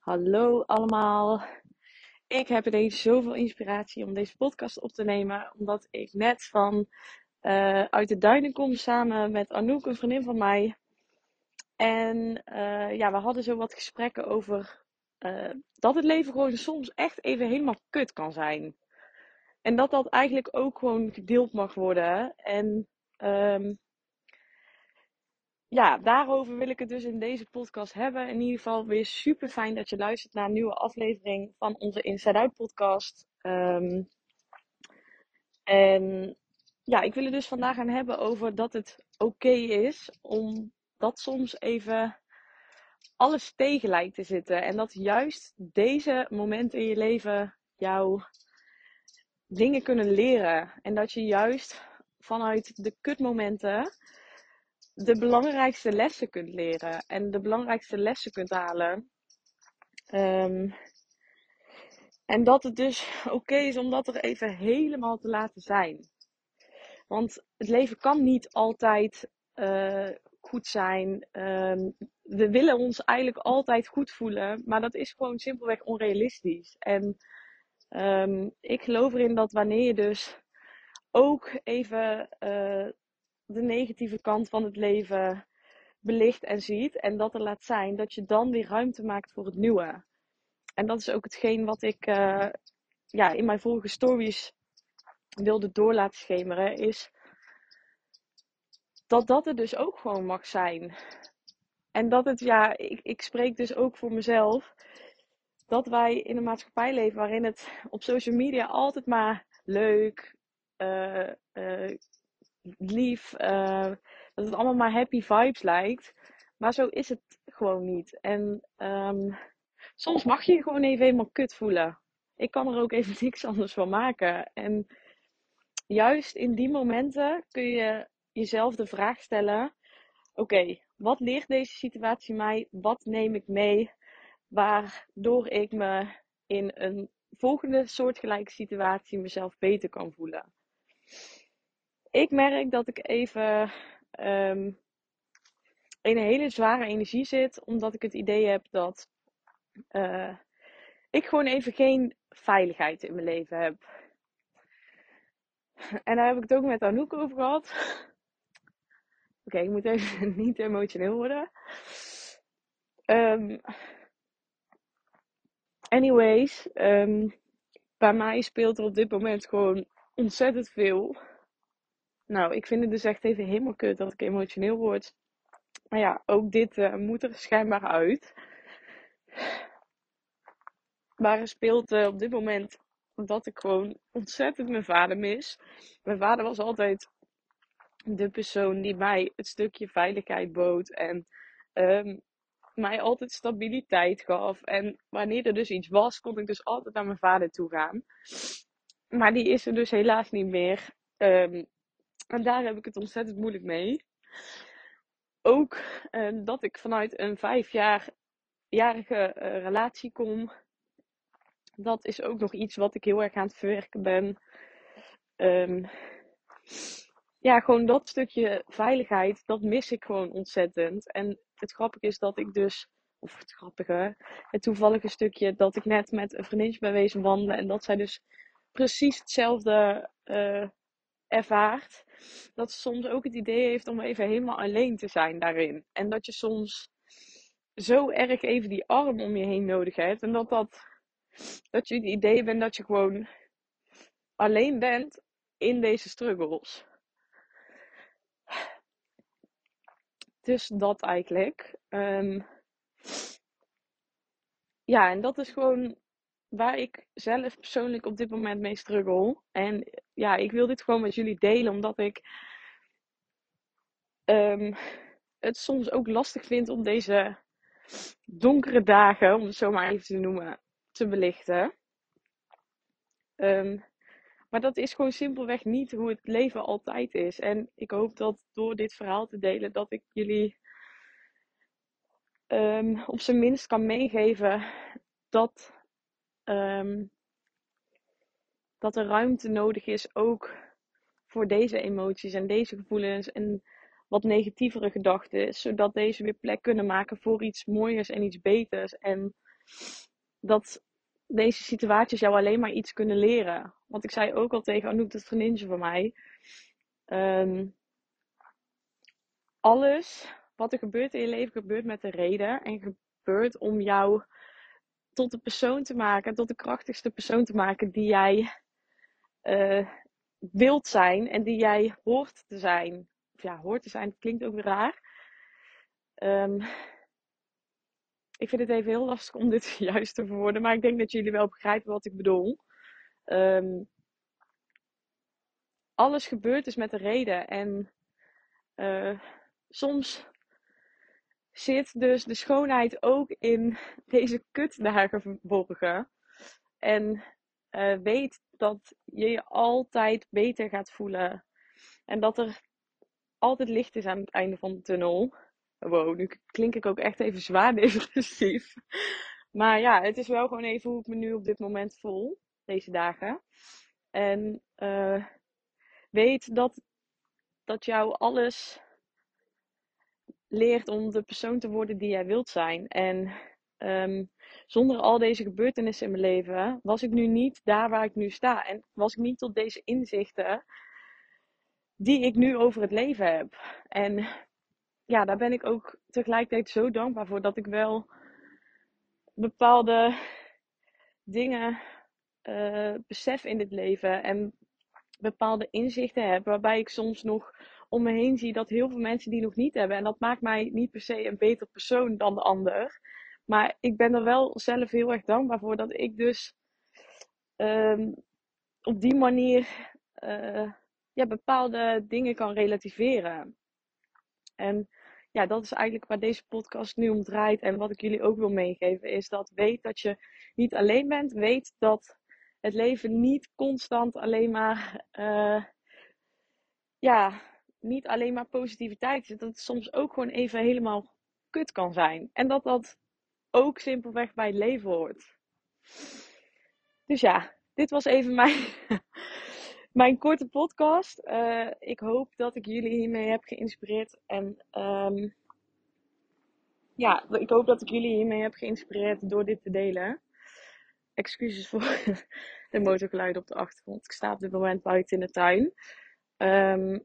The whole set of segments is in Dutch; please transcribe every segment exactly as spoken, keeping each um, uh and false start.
Hallo allemaal. Ik heb ineens zoveel inspiratie om deze podcast op te nemen. Omdat ik net van eh, uit de duinen kom samen met Anouk, een vriendin van mij. En eh, ja, we hadden zo wat gesprekken over eh, dat het leven gewoon soms echt even helemaal kut kan zijn. En dat dat eigenlijk ook gewoon gedeeld mag worden. En ehm, ja, daarover wil ik het dus in deze podcast hebben. In ieder geval weer super fijn dat je luistert naar een nieuwe aflevering van onze Inside Out podcast. Ehm, en ja, ik wil het dus vandaag gaan hebben over dat het oké is om dat soms even alles tegen lijkt te zitten. En dat juist deze momenten in je leven jou dingen kunnen leren. En dat je juist vanuit de kutmomenten de belangrijkste lessen kunt leren. En de belangrijkste lessen kunt halen. Um, en dat het dus oké is om dat er even helemaal te laten zijn. Want het leven kan niet altijd uh, goed zijn. Um, we willen ons eigenlijk altijd goed voelen. Maar dat is gewoon simpelweg onrealistisch. En um, ik geloof erin dat wanneer je dus ook even uh, de negatieve kant van het leven belicht en ziet en dat er laat zijn, dat je dan weer ruimte maakt voor het nieuwe. En dat is ook hetgeen wat ik uh, ja, in mijn vorige stories wilde door laten schemeren, is dat dat er dus ook gewoon mag zijn. En dat het, ja, ik, ik spreek dus ook voor mezelf, dat wij in een maatschappij leven waarin het op social media altijd maar leuk, uh, uh, lief, uh, dat het allemaal maar happy vibes lijkt. Maar zo is het gewoon niet. En um, soms mag je je gewoon even helemaal kut voelen. Ik kan er ook even niks anders van maken. En juist in die momenten kun je jezelf de vraag stellen: oké, okay, wat leert deze situatie mij? Wat neem ik mee? Waardoor ik me in een volgende soortgelijke situatie mezelf beter kan voelen. Ik merk dat ik even um, in een hele zware energie zit, omdat ik het idee heb dat uh, ik gewoon even geen veiligheid in mijn leven heb. En daar heb ik het ook met Anouk over gehad. Oké, okay, ik moet even niet emotioneel worden. Um, anyways, um, bij mij speelt er op dit moment gewoon ontzettend veel. Nou, ik vind het dus echt even helemaal kut dat ik emotioneel word. Maar ja, ook dit uh, moet er schijnbaar uit. Maar er speelt uh, op dit moment dat ik gewoon ontzettend mijn vader mis. Mijn vader was altijd de persoon die mij het stukje veiligheid bood. En um, mij altijd stabiliteit gaf. En wanneer er dus iets was, kon ik dus altijd naar mijn vader toe gaan. Maar die is er dus helaas niet meer. Um, en daar heb ik het ontzettend moeilijk mee. Ook uh, dat ik vanuit een vijfjarige uh, relatie kom. Dat is ook nog iets wat ik heel erg aan het verwerken ben. Um, ja, gewoon dat stukje veiligheid, dat mis ik gewoon ontzettend. En het grappige is dat ik dus, of het grappige, het toevallige stukje dat ik net met een vriendinnetje ben wezen wandelen. En dat zij dus precies hetzelfde uh, ervaart. Dat ze soms ook het idee heeft om even helemaal alleen te zijn daarin. En dat je soms zo erg even die arm om je heen nodig hebt. En dat dat, dat je het idee bent dat je gewoon alleen bent in deze struggles. Dus dat eigenlijk. Um, ja, en dat is gewoon waar ik zelf persoonlijk op dit moment mee struggle. En ja, ik wil dit gewoon met jullie delen, omdat ik um, het soms ook lastig vind om deze donkere dagen, om het zo maar even te noemen, te belichten. Um, maar dat is gewoon simpelweg niet hoe het leven altijd is. En ik hoop dat door dit verhaal te delen, dat ik jullie um, op zijn minst kan meegeven dat, um, dat er ruimte nodig is ook voor deze emoties en deze gevoelens en wat negatievere gedachten, zodat deze weer plek kunnen maken voor iets mooiers en iets beters. En dat deze situaties jou alleen maar iets kunnen leren. Want ik zei ook al tegen Anouk, dat vriendinnetje van mij. Um, alles wat er gebeurt in je leven, gebeurt met een reden. En gebeurt om jou tot de persoon te maken, tot de krachtigste persoon te maken die jij uh, wilt zijn en die jij hoort te zijn. Of ja, hoort te zijn, klinkt ook weer raar. Um, ik vind het even heel lastig om dit juist te verwoorden, maar ik denk dat jullie wel begrijpen wat ik bedoel. Um, alles gebeurt dus met een reden. En uh, soms zit dus de schoonheid ook in deze kutdagen verborgen. En uh, weet dat je je altijd beter gaat voelen. En dat er altijd licht is aan het einde van de tunnel. Wow, nu klink ik ook echt even zwaar depressief. Maar ja, het is wel gewoon even hoe ik me nu op dit moment voel. Deze dagen. En uh, weet dat, dat jou alles leert om de persoon te worden die jij wilt zijn. En um, zonder al deze gebeurtenissen in mijn leven was ik nu niet daar waar ik nu sta. En was ik niet tot deze inzichten die ik nu over het leven heb. En ja, daar ben ik ook tegelijkertijd zo dankbaar voor dat ik wel bepaalde dingen uh, besef in dit leven. En bepaalde inzichten heb waarbij ik soms nog om me heen zie dat heel veel mensen die nog niet hebben. En dat maakt mij niet per se een beter persoon dan de ander. Maar ik ben er wel zelf heel erg dankbaar voor dat ik dus um, op die manier uh, ja, bepaalde dingen kan relativeren. En ja, dat is eigenlijk waar deze podcast nu om draait. En wat ik jullie ook wil meegeven is dat weet dat je niet alleen bent. Weet dat het leven niet constant alleen maar... Uh, ja, niet alleen maar positiviteit is. Dat het soms ook gewoon even helemaal kut kan zijn. En dat dat ook simpelweg bij het leven hoort. Dus ja, dit was even mijn, mijn korte podcast. Uh, ik hoop dat ik jullie hiermee heb geïnspireerd. En um, ja, ik hoop dat ik jullie hiermee heb geïnspireerd door dit te delen. Excuses voor de motorgeluiden op de achtergrond. Ik sta op dit moment buiten in de tuin. Um,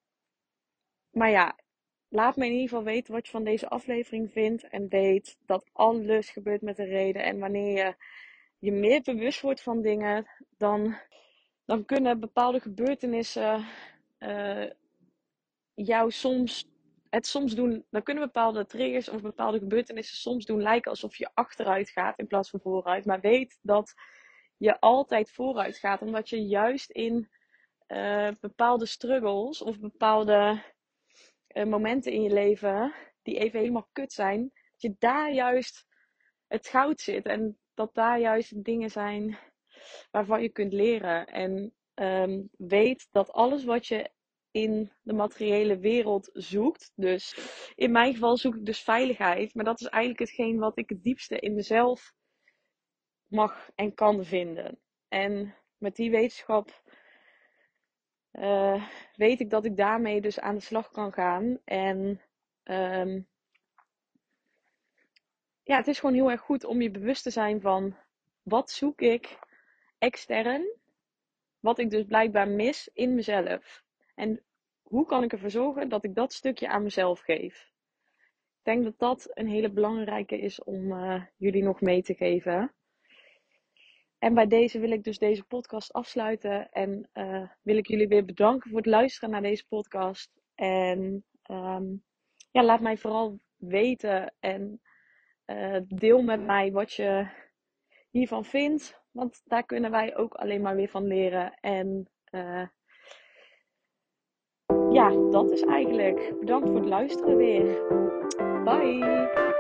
maar ja, laat me in ieder geval weten wat je van deze aflevering vindt. En weet dat alles gebeurt met een reden. En wanneer je je meer bewust wordt van dingen, dan, dan kunnen bepaalde gebeurtenissen uh, jou soms, het soms doen, dan kunnen bepaalde triggers of bepaalde gebeurtenissen soms doen lijken alsof je achteruit gaat in plaats van vooruit. Maar weet dat je altijd vooruit gaat, omdat je juist in uh, bepaalde struggles of bepaalde uh, momenten in je leven die even helemaal kut zijn, dat je daar juist het goud zit en dat daar juist dingen zijn waarvan je kunt leren. En um, weet dat alles wat je in de materiële wereld zoekt, dus in mijn geval zoek ik dus veiligheid, maar dat is eigenlijk hetgeen wat ik het diepste in mezelf mag en kan vinden. En met die wetenschap uh, weet ik dat ik daarmee dus aan de slag kan gaan. En um, ja, het is gewoon heel erg goed om je bewust te zijn van wat zoek ik extern, wat ik dus blijkbaar mis in mezelf. En hoe kan ik ervoor zorgen dat ik dat stukje aan mezelf geef? Ik denk dat dat een hele belangrijke is om uh, jullie nog mee te geven. En bij deze wil ik dus deze podcast afsluiten. En uh, wil ik jullie weer bedanken voor het luisteren naar deze podcast. En um, ja, laat mij vooral weten en uh, deel met mij wat je hiervan vindt. Want daar kunnen wij ook alleen maar weer van leren. En uh, ja, dat is eigenlijk. Bedankt voor het luisteren weer. Bye!